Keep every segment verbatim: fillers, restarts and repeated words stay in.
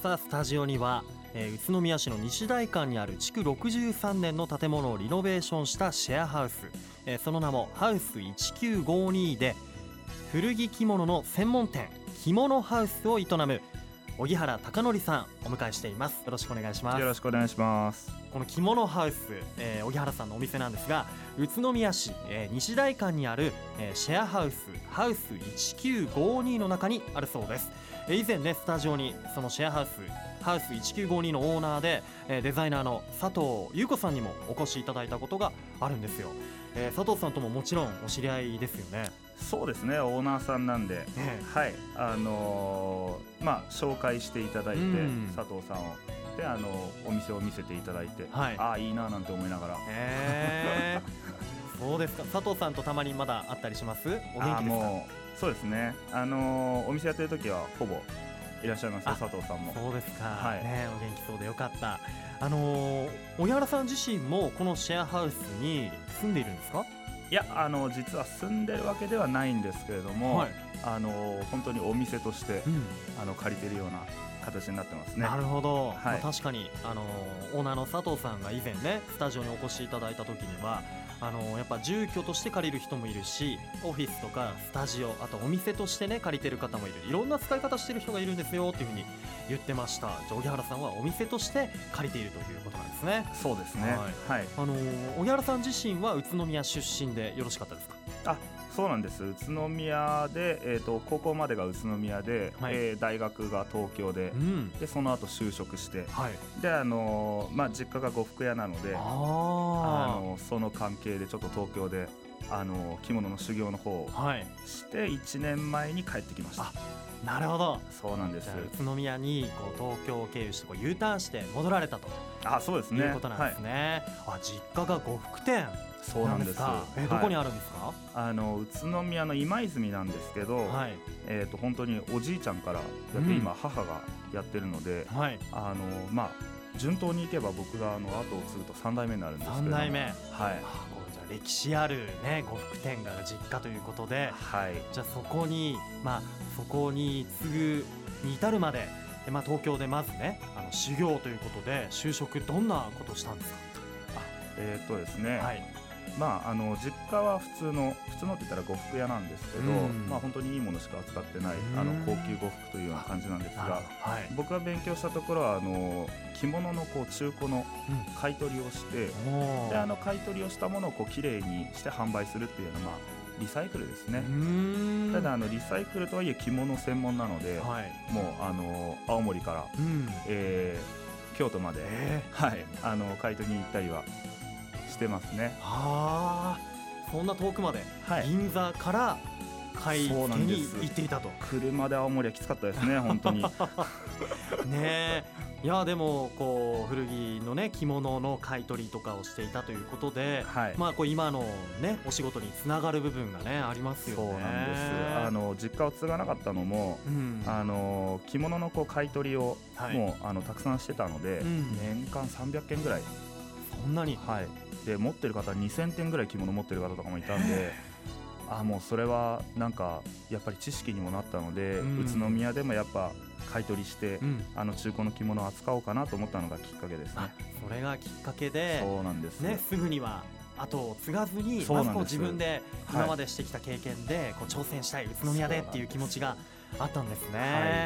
さあスタジオには、えー、宇都宮市の西代館にある築ろくじゅうさんねんの建物をリノベーションしたシェアハウス、えー、その名もハウスいちきゅうごにで古着着物の専門店着物ハウスを営む荻原貴則さんお迎えしています。よろしくお願いします。 よろしくお願いします。 この着物ハウス、えー、荻原さんのお店なんですが、宇都宮市、えー、西代館にある、えー、シェアハウスハウスいちきゅうごにの中にあるそうです。えー、以前ねスタジオにそのシェアハウスハウスいちきゅうごにのオーナーで、えー、デザイナーの佐藤優子さんにもお越しいただいたことがあるんですよ。えー、佐藤さんとももちろんお知り合いですよね。 そうですね、オーナーさんなんで、 えー、 はい、あのー、まあ紹介していただいて、うん、佐藤さんをであのお店を見せていただいて、はい、ああいいななんて思いながら、 えー、そうですか。佐藤さんとたまにまだ会ったりします？お元気ですか？ もうそうですね、あのー、お店やってる時はほぼいらっしゃいますよ、佐藤さんも。 そうですか、 はい、 ね、お元気そうでよかった。あのー、荻原さん自身もこのシェアハウスに住んでいるんですか？ いや、あの実は住んでるわけではないんですけれども、はい、あの本当にお店として、うん、あの借りてるような形になってますね。 なるほど、 はい、 まあ、確かにあのオーナーの佐藤さんが以前ねスタジオにお越しいただいた時にはあのやっぱ住居として借りる人もいるし、オフィスとかスタジオ、あとお店としてね借りてる方もいる、いろんな使い方してる人がいるんですよっていうふうに言ってました。じゃあ荻原さんはお店として借りているということなんですね。 そうですね、はい、はい、 あの荻原さん自身は宇都宮出身でよろしかったですか？ あ、そうなんです。宇都宮で、えー、と高校までが宇都宮で、はい、えー、大学が東京で、うん、でその後就職して、はい、であのーまあ、実家が呉服屋なので、あ、あのー、その関係でちょっと東京で、あのー、着物の修行の方をしていちねんまえに帰ってきました。 あ、なるほど。 そうなんです。 宇都宮にこう東京を経由してこう U ターンして戻られたと。 あ、そうですね、 いうことなんですね。はい、あ、実家が呉服店。 そうなんです。 え、どこにあるんですか？はい、 あの宇都宮の今泉なんですけど、はい、えー、と本当におじいちゃんからやって、うん、今母がやってるので、はい、あのまあ、順当にいけば僕があの後を継ぐとさんだいめになるんですけど、 さんだいめ、はい、 あ、 こうじゃあ歴史ある、ね、呉服店が実家ということで、 はい、 じゃあそこに、まあ、そこに継ぐに至るまで、まあ、東京でまずねあの修行ということで就職どんなことしたんですか？ あ、えー、っとですね、はい、まあ、あの実家は普通の普通のって言ったら呉服屋なんですけど、まあ、本当にいいものしか扱ってないあの高級呉服というような感じなんですが、はい、僕が勉強したところはあの着物のこう中古の買い取りをして、うん、であの買い取りをしたものをこうきれいにして販売するっていうのは、まあ、リサイクルですね。ただあのリサイクルとはいえ着物専門なので、はい、もうあの青森から、うん、えー、京都まで、えーはい、あの買い取りに行ったりはしてますね。 はあ、そんな遠くまで、はい、銀座から買い付けに行っていたと。 車で青森はきつかったですね本当にねえ、いやでもこう古着のね着物の買い取りとかをしていたということで、はい、まあこう今のねお仕事につながる部分がねありますよね。 そうなんです。あの実家を継がなかったのも、うん、あの着物のこう買い取りを、はい、もうあのたくさんしてたので、うん、年間さんびゃっけんぐらい。 そんなに、 はい、で持ってる方にせんてんぐらい着物持ってる方とかもいたんで、あ、もうそれはなんかやっぱり知識にもなったので、うん、宇都宮でもやっぱ買い取りして、うん、あの中古の着物を扱おうかなと思ったのがきっかけですね。 それがきっかけで、 そうなんです、 ね、すぐには後を継がずにまずこう自分で今までしてきた経験でこう挑戦したい宇都宮でっていう気持ちがあったんですね。はい、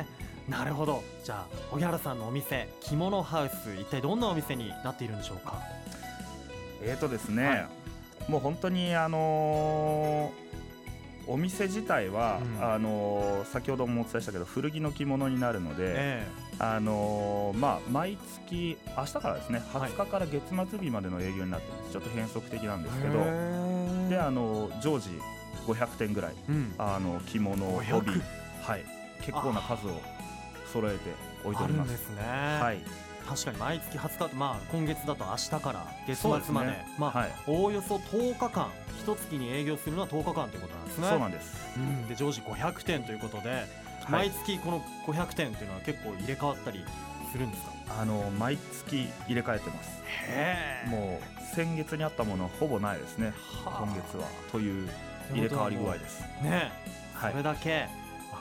なるほど。じゃあ荻原さんのお店着物ハウス、一体どんなお店になっているんでしょうか？ えーとですね、はい、もう本当にあのー、お店自体は、うん、あのー、先ほどもお伝えしたけど古着の着物になるので、えーあのーまあ、毎月明日からですねはつかから月末日までの営業になってるんです。ちょっと変則的なんですけど、であの常時ごひゃくてんぐらい、うん、あの着物帯、はい、結構な数を揃えて置いております。 あるんですね。 はい、 確かに毎月はつか、まあ、今月だと明日から月末まで、ね、まあ、はい、おおよそとおかかん、一月に営業するのはとおかかんということなんですね。 そうなんです、 うん、で常時ごひゃくてんということで、はい、毎月このごひゃくてんというのは結構入れ替わったりするんですか？ あの毎月入れ替えてます。 へー、 もう先月にあったものはほぼないですね、今月はという入れ替わり具合ですね。はい、それだけ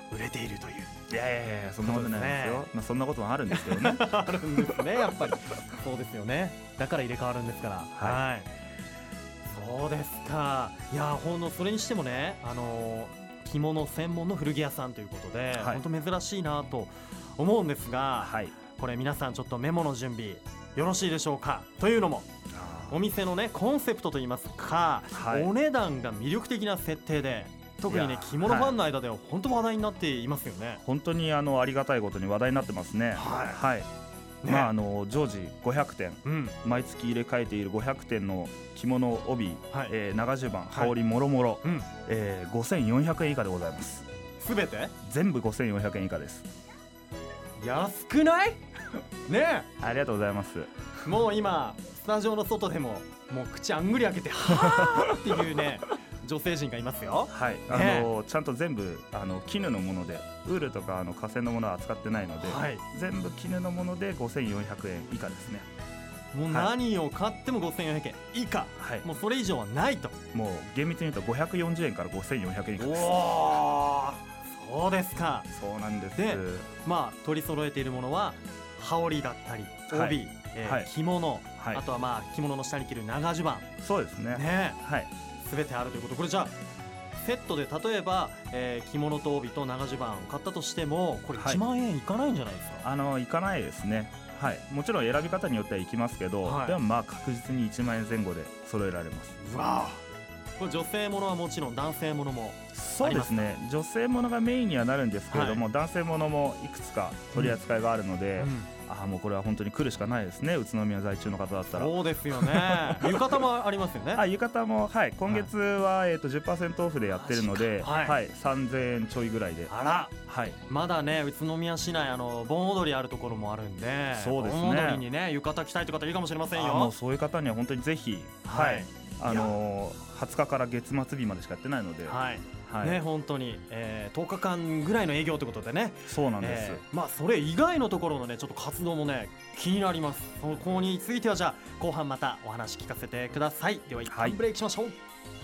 売れているという。 いやいやいやそんなことないですよ、まあ、そんなこともあるんですけどねあるんですねやっぱりそうですよね、だから入れ替わるんですから。はい、はい、そうですか。いやほんのそれにしてもね、あのー、着物専門の古着屋さんということで、はい、本当珍しいなと思うんですが、はい、これ皆さんちょっとメモの準備よろしいでしょうか。というのもお店のねコンセプトといいますか、はい、お値段が魅力的な設定で、特にね着物ファンの間では本当話題になっていますよね。 本当にあのありがたいことに話題になってますね。はい、はいね、まああの常時ごひゃくてん、うん、毎月入れ替えているごひゃくてんの着物帯、はい、えー、長襦袢、羽織もろもろ、えー、ごせんよんひゃくえん以下でございます。 すべて全部ごせんよんひゃくえん以下です。 安くないねえ、ありがとうございます。 もう今スタジオの外でももう口あんぐり開けてはーっていうね女性陣がいますよ。 はい、ね、あのちゃんと全部あの絹のもので、ウールとかあの化繊のものは扱ってないので、はい、全部絹のものでごせんよんひゃくえん以下ですね。 もう何を買ってもごせんよんひゃくえん以下、はい、もうそれ以上はないと。 もう厳密に言うとごひゃくよんじゅうえんからごせんよんひゃくえん以下です。 おそうですか。 そうなんです。 で、まあ取り揃えているものは羽織だったり帯、はい、えーはい、着物、はい、あとはまあ着物の下に着る長襦袢、 そうですね、 ね、はい、全てあるということ。これじゃあセットで例えば、えー、着物と帯と長襦袢を買ったとしてもこれいちまんえんいかないんじゃないですか。 はい、あのいかないですね。はい、もちろん選び方によってはいきますけど、はい、でもまあ確実にいちまんえんぜん後で揃えられます。 うわこれ女性ものはもちろん男性ものもありますか。 そうですね、女性ものがメインにはなるんですけれども、はい、男性ものもいくつか取り扱いがあるので、うんうん、ああもうこれは本当に来るしかないですね、宇都宮在中の方だったら。 そうですよね浴衣もありますよね。 あ浴衣も、はい、今月は、はい、えー、と じゅっパーセント オフでやってるので、はいはい、さんぜんえんちょいぐらいで。 あら、はい、まだね宇都宮市内あの盆踊りあるところもあるんで、 そうですね、 盆踊りにね浴衣着たいという方いるかもしれませんよ。 もうそういう方には本当にぜひ、はい、あのー、はつかから月末日までしかやってないので、はいはいね、本当に、えー、とおかかんぐらいの営業ということでね。そうなんです、えー、まあそれ以外のところのねちょっと活動もね気になります。そこについてはじゃあ後半またお話聞かせてください。では一旦ブレイクしましょう。はい、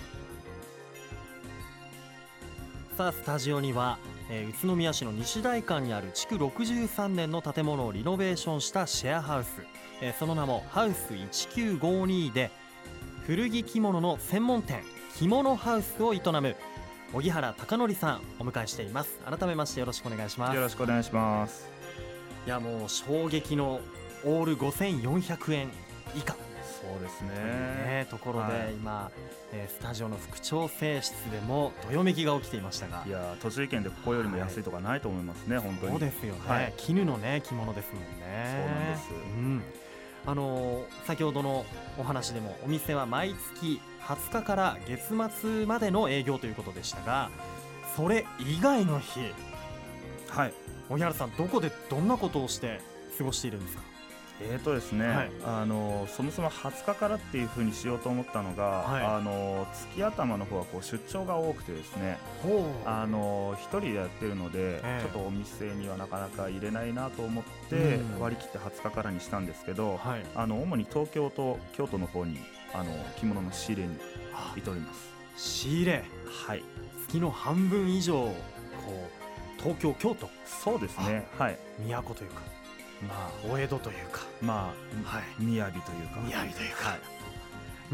さあスタジオには、えー、宇都宮市の西代官にある築ろくじゅうさんねんの建物をリノベーションしたシェアハウス、えー、その名もハウスいちきゅうごにで古着着物の専門店着物ハウスを営む荻原貴則さんお迎えしています。改めましてよろしくお願いします。 よろしくお願いします。 いやもう衝撃のオールごせんよんひゃくえん以下、 そうですね、 ねところで、はい、今、えー、スタジオの副調整室でもどよめきが起きていましたが、 いや栃木県でここよりも安いとかないと思いますね、はい、本当に。 そうですよね、はい、絹のね着物ですもんね。 そうなんです、うんあのー、先ほどのお話でもお店は毎月はつかから月末までの営業ということでしたが、それ以外の日、はい、荻原さんどこでどんなことをして過ごしているんですか。 えーとですね、はい、あのそもそもはつかからっていう風にしようと思ったのが、はい、あの月頭の方はこう出張が多くてですね、あの一人でやってるので、えー、ちょっとお店にはなかなか入れないなと思って割り切ってはつかからにしたんですけど、はい、あの主に東京と京都の方にあの着物の仕入れに行っております。 仕入れ、はい、月の半分以上こう東京京都、 そうですね、はい、 都というかまあお江戸というかまあ、はい、雅というか雅というか、はい、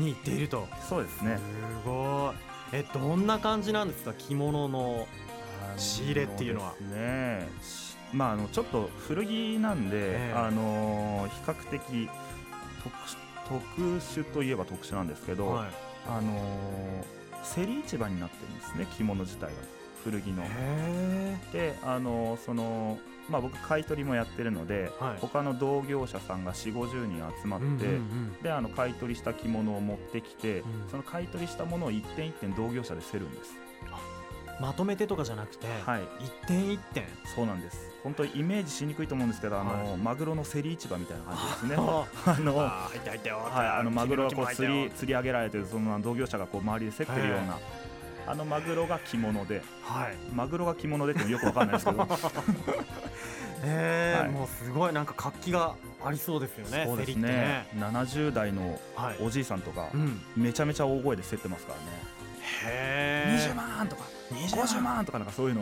に行っていると。 そうですね。 すごい。えどんな感じなんですか着物の仕入れっていうのは。 ね、まああのちょっと古着なんで、えー、あの比較的特特殊といえば特殊なんですけど、はい、あの競り市場になってるんですね、着物自体が古着の。であのそのまあ、僕買い取りもやってるので、はい、他の同業者さんがよんじゅうごじゅうにん集まって、うんうんうん、であの買い取りした着物を持ってきて、うん、その買い取りしたものを一点一点同業者で競るんです。 まとめてとかじゃなくて、はい、一点一点。 そうなんです。本当にイメージしにくいと思うんですけど、あの、はい、マグロの競り市場みたいな感じですね。あのあ入って入ってよ、はい、あのマグロがこう釣り釣り上げられて、その同業者がこう周りで競ってるような。あのマグロが着物で、はい、マグロが着物でってよくわかんないですけどえーはい、もうすごいなんか活気がありそうですよね。 そうですね、ねななじゅう代のおじいさんとか、はい、うん、めちゃめちゃ大声で競ってますからね。 へー、 にじゅうまんとかごじゅうまんとかなんかそういうの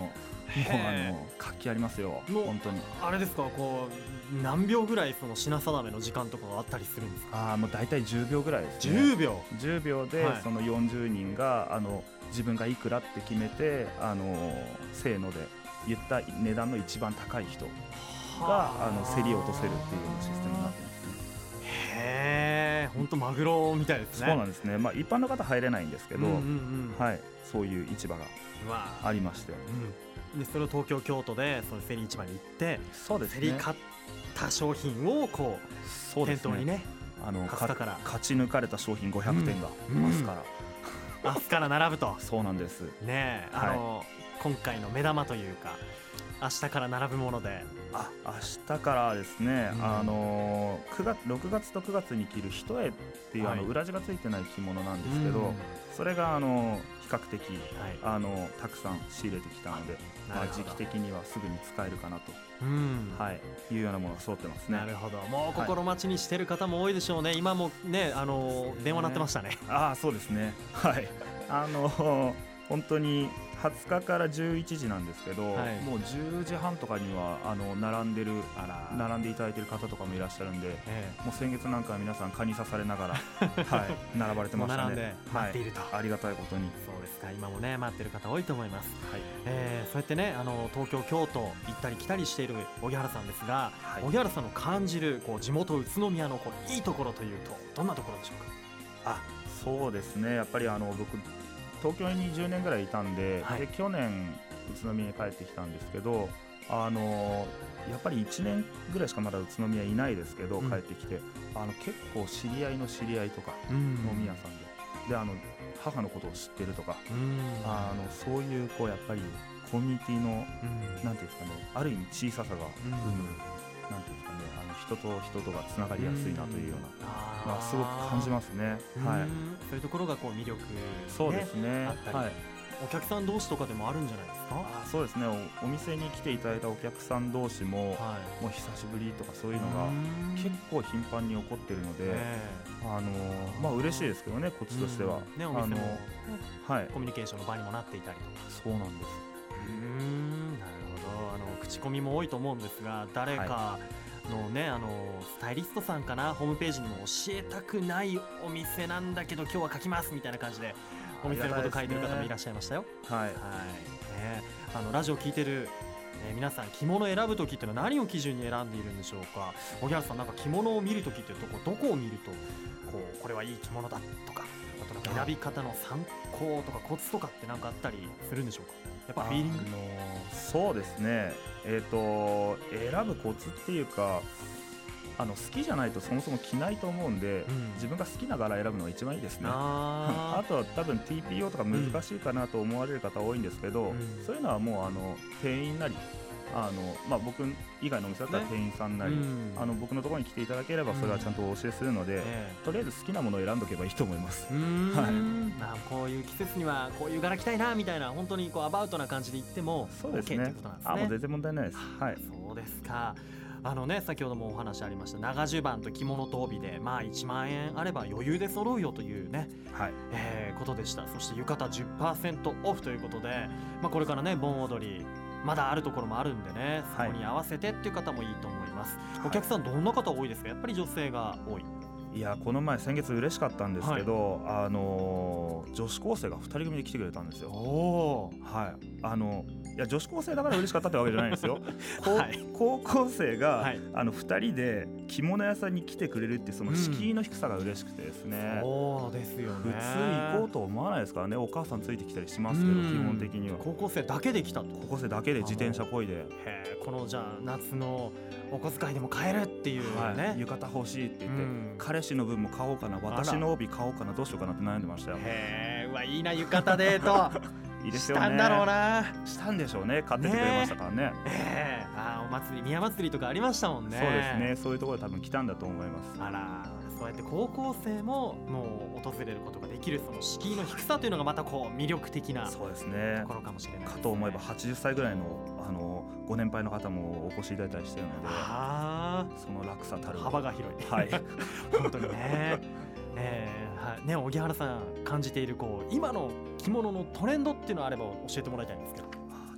もうあの活気ありますよ本当に。 あれですか、こう何秒ぐらいその品定めの時間とかがあったりするんですか？ あもう大体じゅうびょうぐらいですね。 じゅうびょうじゅうびょうで、はい、そのよんじゅうにんがあの自分がいくらって決めて、あのせーので言った値段の一番高い人があの競り落とせるっていうようなシステムになってますね。 へー、本当マグロみたいですね。 そうなんですね、まあ、一般の方入れないんですけど、 うんうんうん、 はい、そういう市場がありまして、 うん、でそれを東京京都でその競り市場に行って、 そうですね、 競り買った商品をこうそうですね、 店頭にね、 あのはつかから勝ち抜かれた商品ごひゃくてんが明日から、 うんうん、明日から並ぶとそうなんですね。あの、はい、今回の目玉というか明日から並ぶもので、 あ明日からですね、うん、あのくがつろくがつとくがつに着る一重っていう、はい、あの裏地がついてない着物なんですけど、うん、それがあの比較的、はい、あのたくさん仕入れてきたので、まあ、時期的にはすぐに使えるかなと、うんはい、いうようなものが揃ってますね。 なるほど、もう心待ちにしてる方も多いでしょうね、はい、今もね、あの電話鳴ってましたね。 あそうですね、はいあの本当にはつかからじゅういちじなんですけど、はい、もうじゅうじはんとかにはあの並んでる並んでいただいている方とかもいらっしゃるんで、ええ、もう先月なんかは皆さん蚊に刺されながら、はい、並ばれてましたね。 並んで待っていると、 はい、ありがたいことに。 そうですか、今もね待ってる方多いと思います、はいえー、そうやってねあの東京京都行ったり来たりしている荻原さんですが、はい、荻原さんの感じるこう地元宇都宮のこういいところというとどんなところでしょうか？ あそうですね、やっぱりあの僕東京にじゅうねんぐらいいたん で,、はい、で去年宇都宮に帰ってきたんですけど、あのやっぱりいちねんぐらいしかまだ宇都宮いないですけど、うん、帰ってきてあの結構知り合いの知り合いとか、うん、飲み屋さんでであの母のことを知ってるとか、うん、あのそういうこうやっぱりコミュニティの、うん、なんていうんですかね、ある意味小ささが生む、うん、なんていうんですかね、あの人と人とがつながりやすいなというような、うん、まあ、すごく感じますね、はい、 そういうところがこう魅力、ね、 そうですね、 あったり、はい、お客さん同士とかでもあるんじゃないですか？ あそうですね、 お, お店に来ていただいたお客さん同士も、はい、もう久しぶりとかそういうのが結構頻繁に起こってるので、あのまあ嬉しいですけどね、こっちとしては、 ね、お店も、はい、コミュニケーションの場にもなっていたりとか。 そうなんです。 うーん、なるほど。あの口コミも多いと思うんですが、誰かのね、はい、あのスタイリストさんかな、ホームページにも教えたくないお店なんだけど今日は書きますみたいな感じでお店のこと書いてる方もいらっしゃいましたよ。はい、はいね、あのラジオ聞いてる、えー、皆さん、着物を選ぶときってのは何を基準に選んでいるんでしょうか？荻原さん、なんか着物を見るときってどこどこを見るとこうこれはいい着物だとか、あとなんか選び方の参考とかコツとかって何かあったりするんでしょうか？やっぱフィーリング、あのー、そうですね、えーと選ぶコツっていうか、あの好きじゃないとそもそも着ないと思うんで、うん、自分が好きな柄選ぶのが一番いいですね。あ, あとは多分 ティーピーオー とか難しいかなと思われる方多いんですけど、うん、そういうのはもうあの店員なり、あの、まあ、僕以外のお店だったら店員さんなり、ね、うん、あの僕のところに来ていただければそれはちゃんとお教えするので、うん、とりあえず好きなものを選んどけばいいと思います。 はい、まあ、こういう季節にはこういう柄着たいなみたいな、本当にこうアバウトな感じで言っても OK ということなんですね。 あ、もう全然問題ないです。はい、 そうですか。あのね、先ほどもお話ありました長襦袢と着物と帯で、まあ、いちまんえんあれば余裕で揃うよというね、はい、えー、ことでした。そして浴衣 じゅっパーセント オフということで、まあ、これからね盆踊りまだあるところもあるんでね、そこに合わせてっていう方もいいと思います。はい、お客さんどんな方多いですか？やっぱり女性が多い？ いや、この前先月嬉しかったんですけど、はい、あのー、女子高生がふたり組で来てくれたんですよ。おー、はい、あのいや女子高生だから嬉しかったってわけじゃないんですよ。はい、高校生が、はい、あのふたりで着物屋さんに来てくれるっていうその敷居の低さが嬉しくてですね、 うん、そうですよね。 普通行こうと思わないですからね。お母さんついてきたりしますけど、基本的には高校生だけで来たと。 高校生だけで自転車こいで、 へー、このじゃあ夏のお小遣いでも買えるっていうね、はい、 浴衣欲しいって言って、うん、彼氏の分も買おうかな、私の帯買おうかな、どうしようかなって悩んでましたよ。 へー、うわ、いいな、浴衣デートいいですよね。 したんだろうな。 したんでしょうね。買っててくれましたからね。ねえー、あ、お祭り、宮祭りとかありましたもんね。 そうですね。そういうところで多分来たんだと思います。 あら、そうやって高校生ももう訪れることができるその敷居の低さというのがまたこう魅力的なところかもしれないですね。 かと思えばはちじゅっさいぐらいのあのご年配の方もお越しいただいたりしているので、あ、その落差たる幅が広い。はい。本当にね。えーはい、ね、荻原さん感じているこう今の着物のトレンドっていうのがあれば教えてもらいたいんですけど。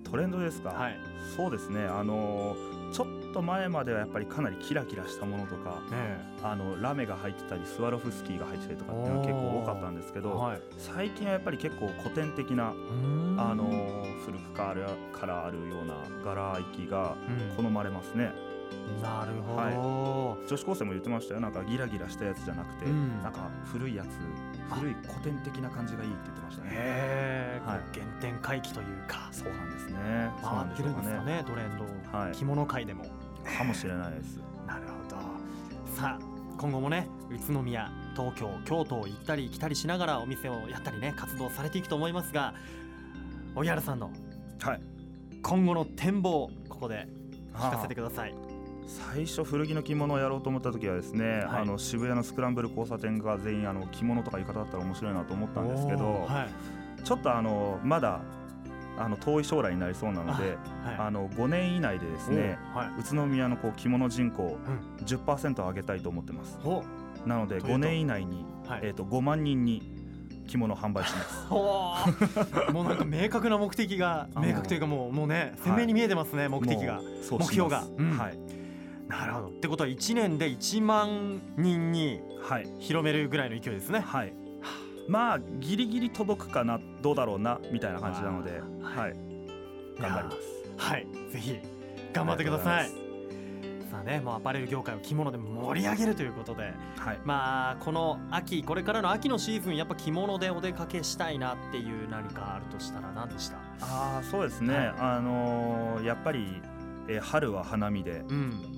トレンドですか、 はい、 そうですね、あのー、ちょっと前まではやっぱりかなりキラキラしたものとか、ね、あのラメが入ってたりスワロフスキーが入ってたりとかっていうのは結構多かったんですけど、はい、最近はやっぱり結構古典的な、あのー、古くからあるような柄行きが好まれますね、 うん、なるほど、 はい、女子高生も言ってましたよ。なんかギラギラしたやつじゃなくて、うん、なんか古いやつ、古い古典的な感じがいいって言ってましたね。 へー、はい、原点回帰というか、 そうなんですね。 回ってるんですかね、トレンド、はい、着物界でもかもしれないです。 なるほど。さあ今後もね、宇都宮、東京、京都を行ったり来たりしながらお店をやったりね、活動されていくと思いますが、荻原さんの今後の展望、ここで聞かせてください。 最初古着の着物をやろうと思った時はですね、はい、あの渋谷のスクランブル交差点が全員あの着物とか浴衣だったら面白いなと思ったんですけど、はい、ちょっとあのまだあの遠い将来になりそうなので、あ、はい、あのごねん以内でですね、はい、宇都宮のこう着物人口 じゅっパーセント 上げたいと思ってます、うん、なのでごねん以内に、はい、えーとごまんにんに着物を販売しますもうなんか明確な目的が明確というかもう、もうね鮮明に見えてますね、はい、目的が、目標が、うん、はい、なるほど。ってことはいちねんでいちまんにんに広めるぐらいの勢いですね。 はい、まあギリギリ届くかな、どうだろうなみたいな感じなので、はい、頑張ります。 はい、ぜひ頑張ってください。さあね、もうアパレル業界を着物で盛り上げるということで、はい、まあこの秋、これからの秋のシーズン、やっぱ着物でお出かけしたいなっていう何かあるとしたら何でした？ ああ、そうですね、はい、あのー、やっぱりえ春は花見で、うん、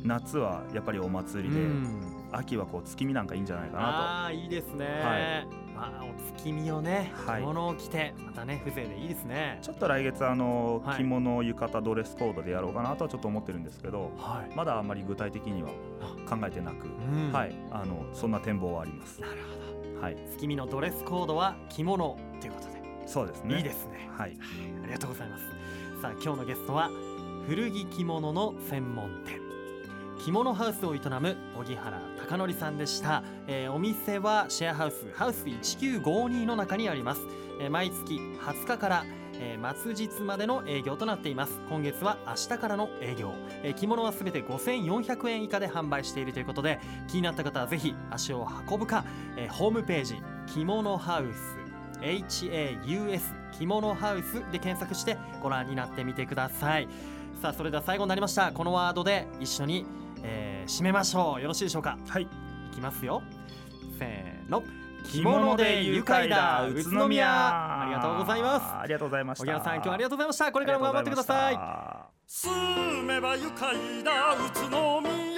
夏はやっぱりお祭りで、うん、秋はこう月見なんかいいんじゃないかなと。 ああ、いいですね、はい、まあ、お月見をね、着物を着てまたね、風情でいいですね。 ちょっと来月あの、はい、着物浴衣ドレスコードでやろうかなとはちょっと思ってるんですけど、はい、まだあんまり具体的には考えてなく、うん、はい、あのそんな展望はあります。 なるほど、はい、月見のドレスコードは着物ということで。 そうですね、 いいですね、 はい、 ありがとうございます。さあ今日のゲストは古着着物の専門店着物ハウスを営む荻原貴則さんでした、えー、お店はシェアハウスハウスいちきゅうごにの中にあります、えー、毎月はつかから、えー、末日までの営業となっています。今月は明日からの営業、えー、着物はすべてごせんよんひゃくえん以下で販売しているということで、気になった方はぜひ足を運ぶか、えー、ホームページ着物ハウス エイチエーユーエス 着物ハウスで検索してご覧になってみてください。さあそれでは最後になりました。このワードで一緒に、えー、締めましょう。よろしいでしょうか。はい、いきますよ。せーの、着物で愉快だ宇都宮。ありがとうございます。 ありがとうございました。 荻原さん、今日はありがとうございました。これからも頑張ってください。 住めば愉快だ宇都宮。